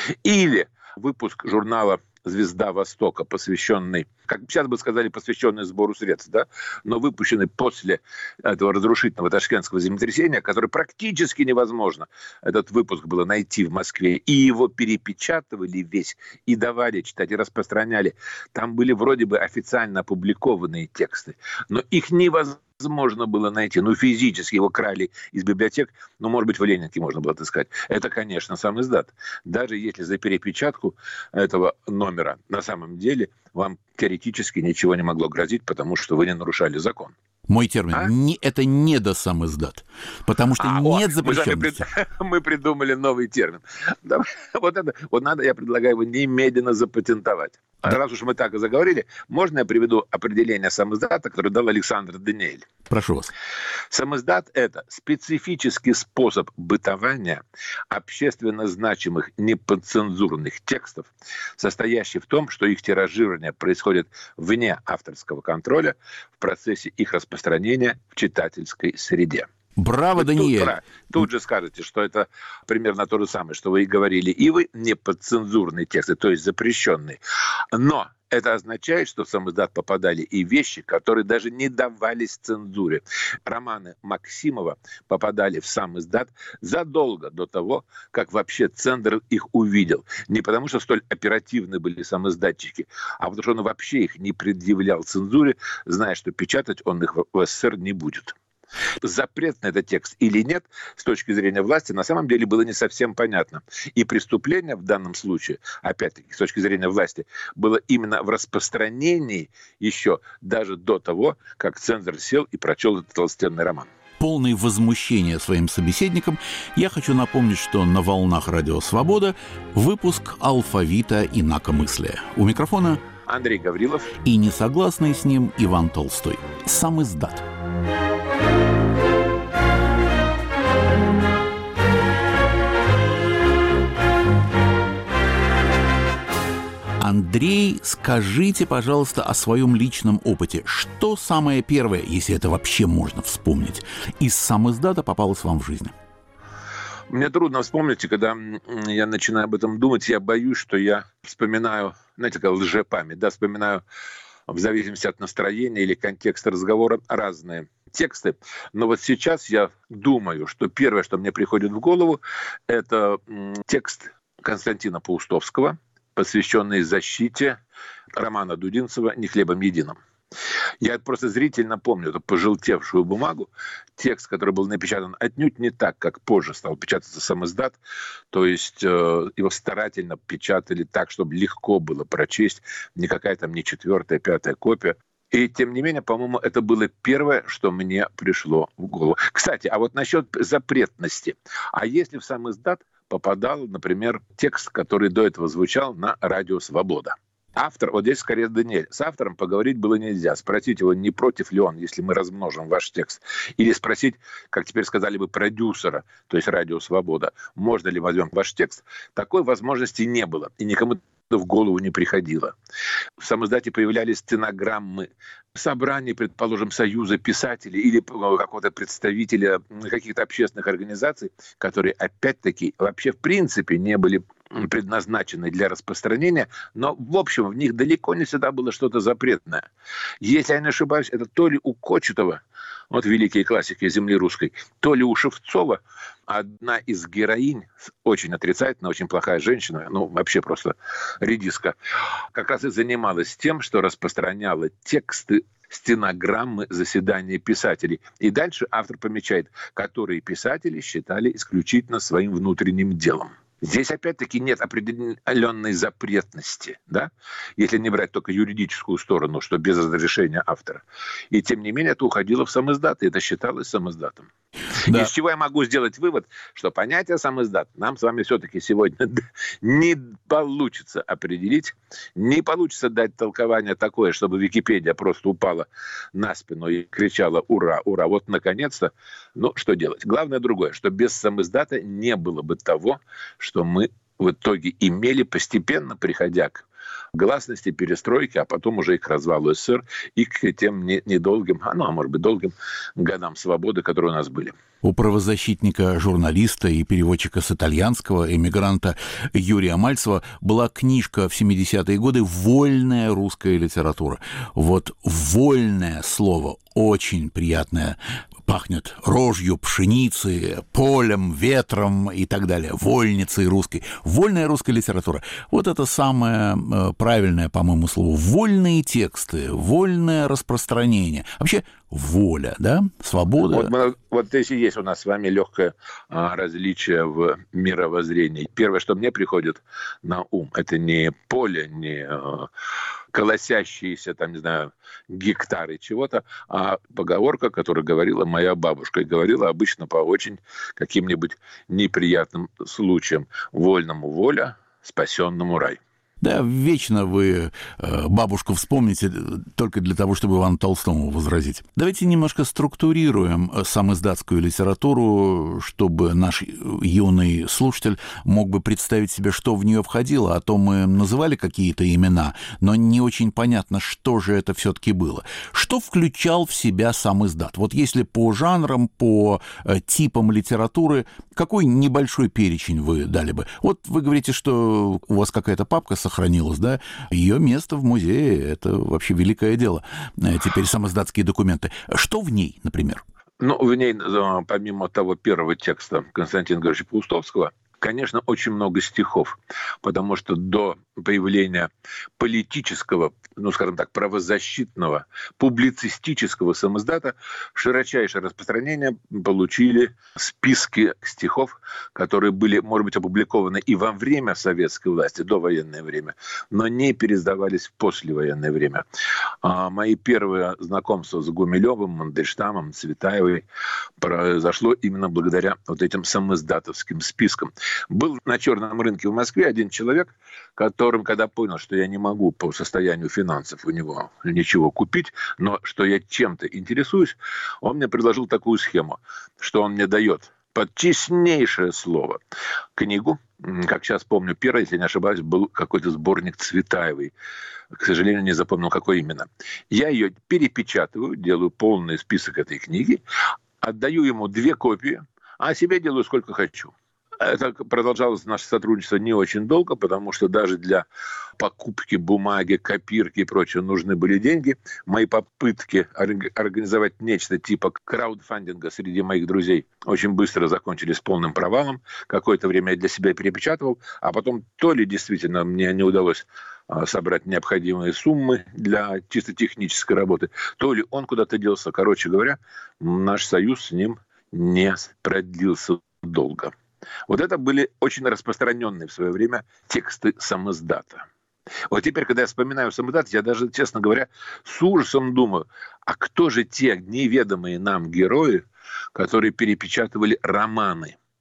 или выпуск журнала «Звезда Востока», посвященный, как сейчас бы сказали, посвященный сбору средств, да, но выпущенный после этого разрушительного ташкентского землетрясения, который практически невозможно этот выпуск было найти в Москве, и его перепечатывали весь, и давали читать, и распространяли. Там были вроде бы официально опубликованные тексты, но их невозможно можно было найти. Ну, физически его крали из библиотек, но, может быть, в Ленинке можно было отыскать. Это, конечно, самиздат. Даже если за перепечатку этого номера на самом деле вам теоретически ничего не могло грозить, потому что вы не нарушали закон. Мой термин. А? Не, это недосамиздат. Потому что а, нет запрещенности. Мы, мы придумали новый термин. Да, вот, это, вот надо, я предлагаю его немедленно запатентовать. Да. Раз уж мы так и заговорили, можно я приведу определение самиздата, которое дал Александр Даниэль? Прошу вас. Самиздат – это специфический способ бытования общественно значимых неподцензурных текстов, состоящий в том, что их тиражирование происходит вне авторского контроля в процессе их распространения в читательской среде. Браво, Даниэль! Тут, тут же скажете, что это примерно то же самое, что вы и говорили. И вы неподцензурные тексты, то есть запрещенные. Но это означает, что в самиздат попадали и вещи, которые даже не давались цензуре. Романы Максимова попадали в самиздат задолго до того, как вообще цензор их увидел. Не потому, что столь оперативны были самиздатчики, а потому, что он вообще их не предъявлял цензуре, зная, что печатать он их в СССР не будет. Запрет на этот текст или нет, с точки зрения власти, на самом деле было не совсем понятно. И преступление в данном случае, опять-таки, с точки зрения власти, было именно в распространении еще даже до того, как цензор сел и прочел этот толстенный роман. Полный возмущения своим собеседником, я хочу напомнить, что на волнах Радио Свобода выпуск «Алфавита инакомыслия». У микрофона Андрей Гаврилов и несогласный с ним Иван Толстой. Самиздат. Андрей, скажите, пожалуйста, о своем личном опыте. Что самое первое, если это вообще можно вспомнить, из самиздата попалось вам в жизнь? Мне трудно вспомнить, и когда я начинаю об этом думать, я боюсь, что я вспоминаю, знаете, как лжепамять, да, вспоминаю в зависимости от настроения или контекста разговора разные тексты. Но вот сейчас я думаю, что первое, что мне приходит в голову, это текст Константина Паустовского, посвященный защите романа Дудинцева «Не хлебом единым». Я просто зрительно помню эту пожелтевшую бумагу, текст, который был напечатан отнюдь не так, как позже стал печататься самиздат, то есть э, его старательно печатали так, чтобы легко было прочесть, никакая там не четвертая, пятая копия. И, тем не менее, по-моему, это было первое, что мне пришло в голову. Кстати, а вот насчет запретности. А если в самиздат попадал, например, текст, который до этого звучал на Радио Свобода? Автор, вот здесь скорее Даниэль, с автором поговорить было нельзя. Спросить его, не против ли он, если мы размножим ваш текст. Или спросить, как теперь сказали бы, продюсера, то есть Радио Свобода, можно ли возьмем ваш текст. Такой возможности не было. И никому в голову не приходило. В самоиздате появлялись стенограммы собраний, предположим, Союза писателей или какого-то представителя каких-то общественных организаций, которые, опять-таки, вообще в принципе не были предназначены для распространения, но, в общем, в них далеко не всегда было что-то запретное. Если я не ошибаюсь, это то ли у Кочетова, вот великие классики земли русской, то ли у Шевцова, одна из героинь, очень отрицательная, очень плохая женщина, ну, вообще просто редиска, как раз и занималась тем, что распространяла тексты, стенограммы заседания писателей. И дальше автор помечает, которые писатели считали исключительно своим внутренним делом. Здесь, опять-таки, нет определенной запретности, да? Если не брать только юридическую сторону, что без разрешения автора. И, тем не менее, это уходило в самиздат, и это считалось самиздатом. Да. Из чего я могу сделать вывод, что понятие самиздат нам с вами все-таки сегодня не получится определить, не получится дать толкование такое, чтобы Википедия просто упала на спину и кричала «Ура, ура!» Вот, наконец-то, ну, что делать? Главное другое, что без самиздата не было бы того, что мы в итоге имели, постепенно приходя к гласности, перестройки, а потом уже и к развалу СССР, и к тем недолгим, а ну, а может быть, долгим годам свободы, которые у нас были. У правозащитника, журналиста и переводчика с итальянского, эмигранта Юрия Мальцева была книжка в семидесятые годы «Вольная русская литература». Вот «вольное» слово очень приятное. Пахнет рожью, пшеницей, полем, ветром и так далее. Вольницей русской. Вольная русская литература. Вот это самое правильное, по-моему, слово. Вольные тексты, вольное распространение. Вообще воля, да? Свобода. Вот, мы, вот здесь и есть у нас с вами легкое а, различие в мировоззрении. Первое, что мне приходит на ум, это не поле, не а, колосящиеся, там, не знаю, гектары чего-то, а поговорка, которую говорила моя бабушка. И говорила обычно по очень каким-нибудь неприятным случаям. Вольному воля, спасенному рай. Да, вечно вы бабушку вспомните только для того, чтобы Ивану Толстому возразить. Давайте немножко структурируем самиздатскую литературу, чтобы наш юный слушатель мог бы представить себе, что в нее входило. А то мы называли какие-то имена, но не очень понятно, что же это все-таки было. Что включал в себя самиздат? Вот если по жанрам, по типам литературы, какой небольшой перечень вы дали бы? Вот вы говорите, что у вас какая-то папка сохранилась, да? Ее место в музее — это вообще великое дело. Теперь самиздатские документы. Что в ней, например? Ну, в ней, помимо того первого текста Константина Григорьевича Паустовского, конечно, очень много стихов, потому что до появления политического, ну, скажем так, правозащитного, публицистического самиздата широчайшее распространение получили списки стихов, которые были, может быть, опубликованы и во время советской власти, до военное время, но не переиздавались в послевоенное время. А мои первые знакомства с Гумилевым, Мандельштамом, Цветаевой произошло именно благодаря вот этим самиздатовским спискам. Был на черном рынке в Москве один человек, которым, когда понял, что я не могу по состоянию финансов у него ничего купить, но что я чем-то интересуюсь, он мне предложил такую схему, что он мне дает под честнейшее слово книгу, как сейчас помню, первый, если не ошибаюсь, был какой-то сборник Цветаевой. К сожалению, не запомнил, какой именно. Я ее перепечатываю, делаю полный список этой книги, отдаю ему две копии, а себе делаю сколько хочу. Это продолжалось наше сотрудничество не очень долго, потому что даже для покупки бумаги, копирки и прочее нужны были деньги. Мои попытки организовать нечто типа краудфандинга среди моих друзей очень быстро закончились полным провалом. Какое-то время я для себя перепечатывал, а потом то ли действительно мне не удалось собрать необходимые суммы для чисто технической работы, то ли он куда-то делся. Короче говоря, наш союз с ним не продлился долго. Вот это были очень распространенные в свое время тексты самиздата. Вот теперь, когда я вспоминаю самиздат, я даже, честно говоря, с ужасом думаю, а кто же те неведомые нам герои, которые перепечатывали романы?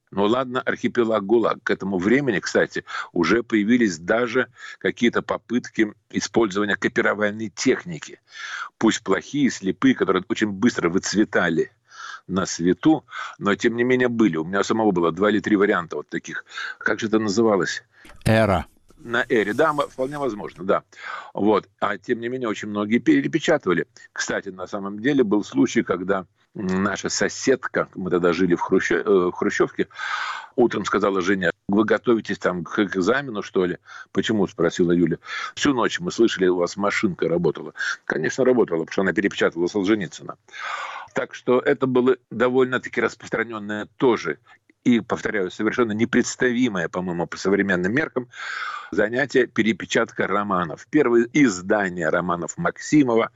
Ну ладно, архипелаг ГУЛАГ. К этому времени, кстати, уже появились даже какие-то попытки использования копировальной техники. Пусть плохие, слепые, которые очень быстро выцветали на свету, но тем не менее были. У меня самого было два или три варианта вот таких. Как же это называлось? Эра. На Эре, да, вполне возможно, да. Вот. А тем не менее, очень многие перепечатывали. Кстати, на самом деле был случай, когда наша соседка, мы тогда жили в, Хрущев, в Хрущевке, утром сказала Жене: вы готовитесь там к экзамену, что ли? Почему? Спросила Юля. Всю ночь мы слышали, у вас машинка работала. Конечно, работала, потому что она перепечатала Солженицына. Так что это было довольно-таки распространенное тоже и, повторяю, совершенно непредставимое, по-моему, по современным меркам, занятие перепечатка романов. Первые издания романов Максимова.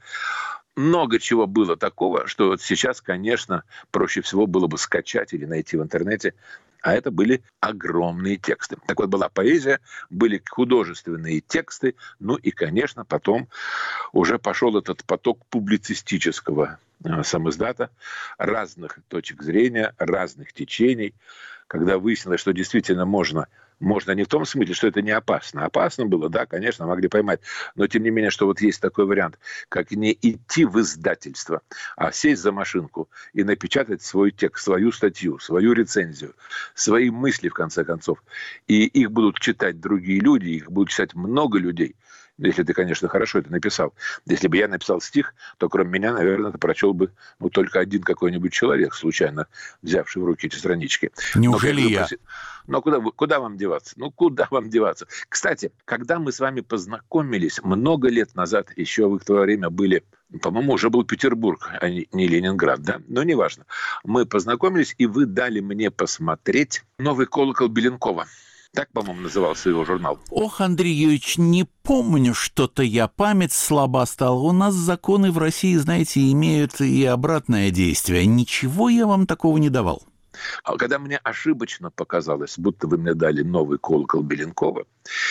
Много чего было такого, что вот сейчас, конечно, проще всего было бы скачать или найти в интернете. А это были огромные тексты. Так вот, была поэзия, были художественные тексты, ну и, конечно, потом уже пошел этот поток публицистического самиздата, разных точек зрения, разных течений, когда выяснилось, что действительно можно, можно не в том смысле, что это не опасно. Опасно было, да, конечно, могли поймать, но тем не менее, что вот есть такой вариант, как не идти в издательство, а сесть за машинку и напечатать свой текст, свою статью, свою рецензию, свои мысли, в конце концов. И их будут читать другие люди, их будут читать много людей. Если ты, конечно, хорошо это написал. Если бы я написал стих, то кроме меня, наверное, это прочел бы ну, только один какой-нибудь человек, случайно взявший в руки эти странички. Неужели Но, я? Но куда, куда вам деваться? Ну, куда вам деваться? Кстати, когда мы с вами познакомились много лет назад, еще вы в то время были, по-моему, уже был Петербург, а не Ленинград, да? Но неважно. Мы познакомились, и вы дали мне посмотреть «Новый колокол» Беленкова. Так, по-моему, назывался его журнал. Ох, Андрей Юрьевич, не помню, что-то я, память слаба стала. У нас законы в России, знаете, имеют и обратное действие. Ничего я вам такого не давал. А когда мне ошибочно показалось, будто вы мне дали «Новый колокол» Беленкова,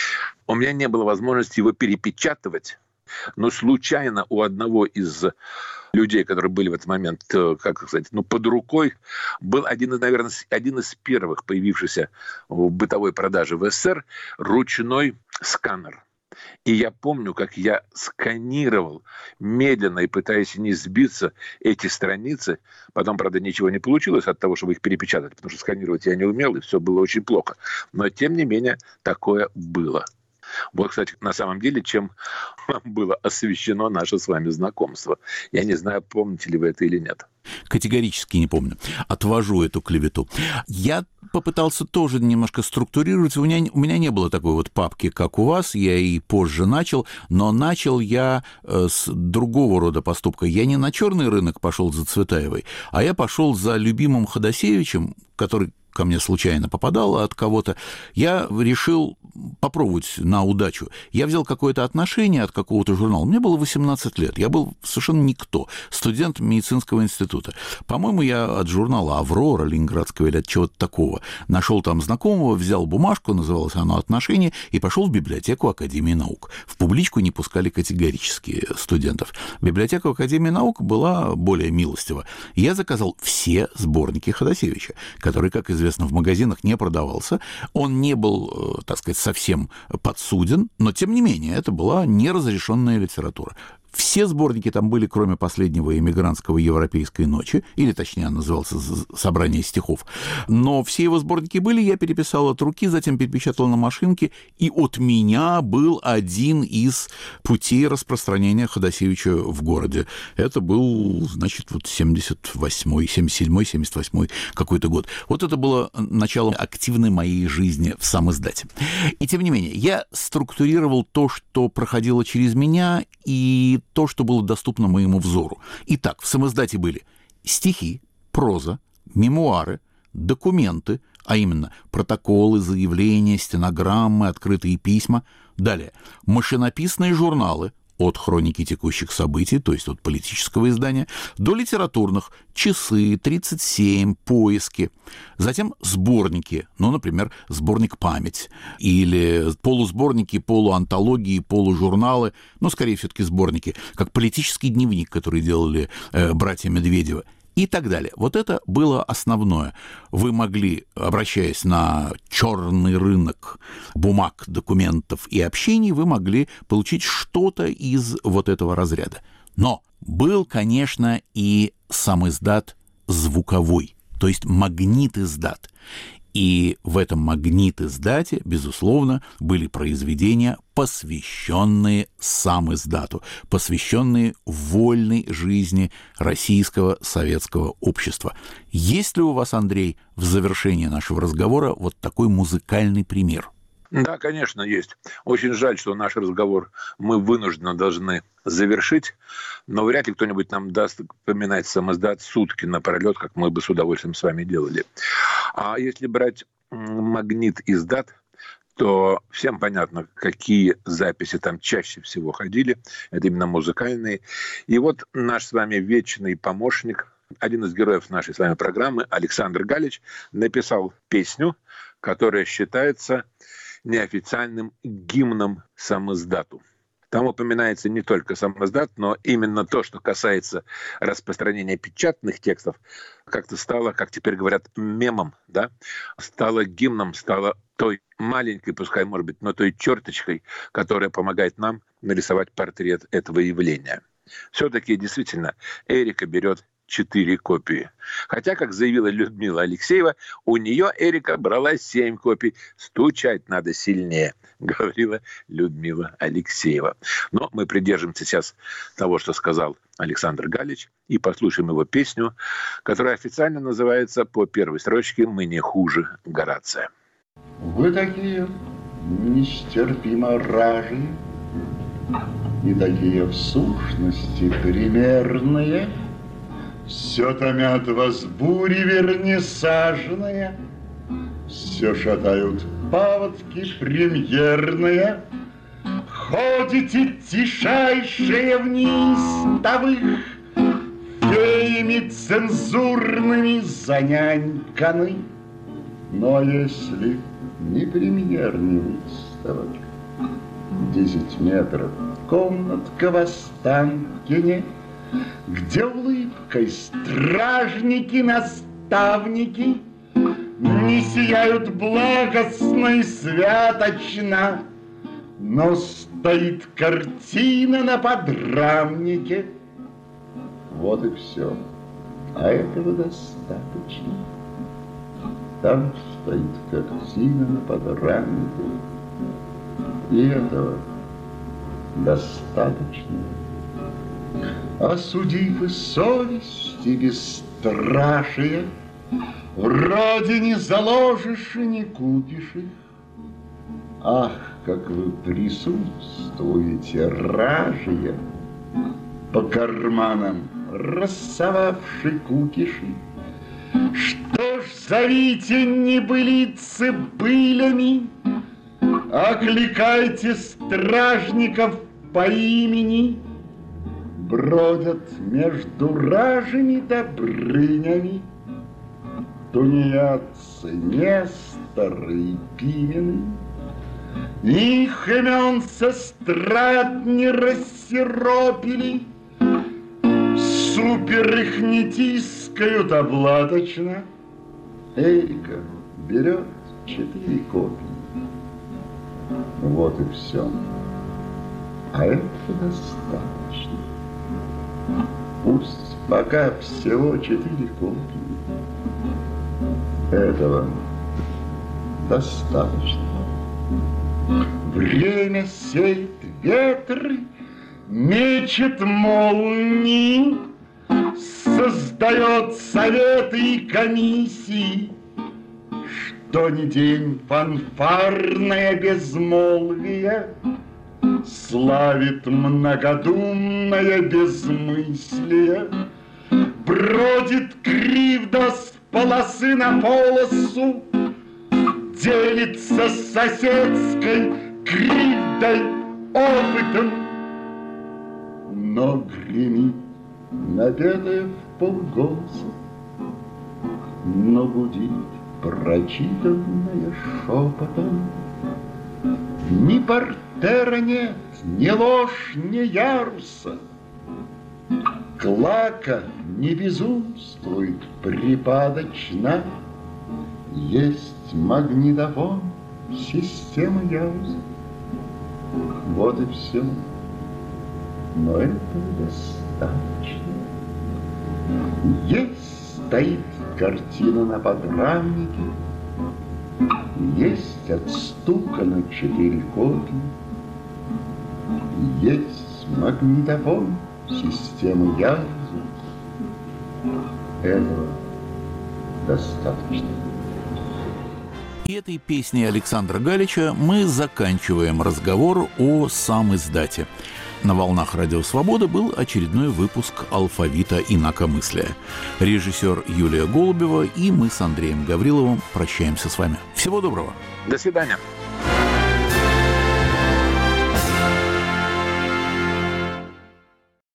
у меня не было возможности его перепечатывать, но случайно у одного из людей, которые были в этот момент, как сказать, ну, под рукой, был один из, наверное, один из первых появившихся в бытовой продаже в СССР ручной сканер. И я помню, как я сканировал медленно и пытаясь не сбиться эти страницы. Потом, правда, ничего не получилось от того, чтобы их перепечатать, потому что сканировать я не умел, и все было очень плохо. Но, тем не менее, такое было. Вот, кстати, на самом деле, чем было освещено наше с вами знакомство. Я не знаю, помните ли вы это или нет. Категорически не помню. Отвожу эту клевету. Я попытался тоже немножко структурировать. У меня, у меня не было такой вот папки, как у вас. Я и позже начал. Но начал я с другого рода поступка. Я не на черный рынок пошел за Цветаевой, а я пошел за любимым Ходосевичем, который ко мне случайно попадало от кого-то, я решил попробовать на удачу. Я взял какое-то отношение от какого-то журнала. Мне было восемнадцать лет. Я был совершенно никто. Студент медицинского института. По-моему, я от журнала «Аврора» ленинградского или от чего-то такого нашел там знакомого, взял бумажку, называлось оно «Отношения», и пошел в библиотеку Академии наук. В публичку не пускали категорически студентов. Библиотека Академии наук была более милостива. Я заказал все сборники Ходосевича, который, как известно, в магазинах не продавался. Он не был, так сказать, совсем подсуден, но, тем не менее, это была неразрешенная литература. Все сборники там были, кроме последнего эмигрантского «Европейской ночи», или, точнее, он назывался «Собрание стихов». Но все его сборники были, я переписал от руки, затем перепечатал на машинке, и от меня был один из путей распространения Ходосевича в городе. Это был, значит, вот семьдесят восьмой, семьдесят седьмой, семьдесят восьмой какой-то год. Вот это было началом активной моей жизни в самиздате. И, тем не менее, я структурировал то, что проходило через меня, и то, что было доступно моему взору. Итак, в самиздате были стихи, проза, мемуары, документы, а именно протоколы, заявления, стенограммы, открытые письма. Далее, машинописные журналы, от хроники текущих событий, то есть от политического издания, до литературных, часы, тридцать семь, поиски. Затем сборники, ну, например, сборник «Память», или полусборники, полуантологии, полужурналы, ну, скорее все-таки сборники, как политический дневник, который делали э, братья Медведевы. и так далее. Вот это было основное. Вы могли, обращаясь на черный рынок бумаг, документов и общений, вы могли получить что-то из вот этого разряда. Но был, конечно, и самиздат звуковой, то есть магнит-издат. И в этом магнит-издате, безусловно, были произведения, посвященные самиздату, посвященные вольной жизни российского советского общества. Есть ли у вас, Андрей, в завершении нашего разговора вот такой музыкальный пример? Да, конечно, есть. Очень жаль, что наш разговор мы вынужденно должны завершить, но вряд ли кто-нибудь нам даст поминать самиздат сутки напролет, как мы бы с удовольствием с вами делали. А если брать магнит-издат, то всем понятно, какие записи там чаще всего ходили. Это именно музыкальные. И вот наш с вами вечный помощник, один из героев нашей с вами программы, Александр Галич, написал песню, которая считается неофициальным гимном самиздату. Там упоминается не только самиздат, но именно то, что касается распространения печатных текстов, как-то стало, как теперь говорят, мемом, да? Стало гимном, стало той маленькой, пускай, может быть, но той черточкой, которая помогает нам нарисовать портрет этого явления. Все-таки, действительно, Эрика берет четыре копии. Хотя, как заявила Людмила Алексеева, у нее Эрика брала семь копий. Стучать надо сильнее, говорила Людмила Алексеева. Но мы придержимся сейчас того, что сказал Александр Галич, и послушаем его песню, которая официально называется по первой строчке «Мы не хуже Горация». Вы такие нестерпимо ражие и такие в сущности примерные, все томят вас бури вернисажные, все шатают паводки премьерные. Ходите тишайшие вниз тавых, феями цензурными заняньканы. Но если не премьерный выставок, десять метров комнатка в Останкине, где улыбкой стражники-наставники не сияют благостно и святочно, но стоит картина на подрамнике. Вот и все. А этого достаточно. Там стоит картина на подрамнике. И этого достаточно. Осудив и совести бесстрашие, в родине заложишь и не купишь их. Ах, как вы присутствуете, ражие, по карманам рассовавши кукиши. Что ж, зовите небылицы былями, окликайте стражников по имени. Бродят между ражами добрынями тунеядцы Нестор и Пимены. Их имен сестрат не рассиропили, супер их не тискают обладочно. Эрика берет четыре копии. Вот и все. А это достаточно. Пусть пока всего четыре копии. Этого достаточно. Время сеет ветры, мечет молнии, создает советы и комиссии. Что ни день фанфарное безмолвие славит многодумное безмыслие. Бродит кривда с полосы на полосу, делится с соседской кривдой опытом, но гремит напетая в полголоса, но гудит прочитанное шепотом. Ни портера нет, ни ложь, ни яруса. Клака не безумствует припадочно, есть магнитофон, система Яуза. Вот и все. Но этого достаточно. Есть стоит картина на подрамнике, есть отстукано четыре копии, есть магнитофон системы Яуза. Этого достаточно. И этой песней Александра Галича мы заканчиваем разговор о самиздате. На волнах Радио Свобода был очередной выпуск «Алфавита инакомыслия». Режиссер Юлия Голубева и мы с Андреем Гавриловым прощаемся с вами. Всего доброго. До свидания.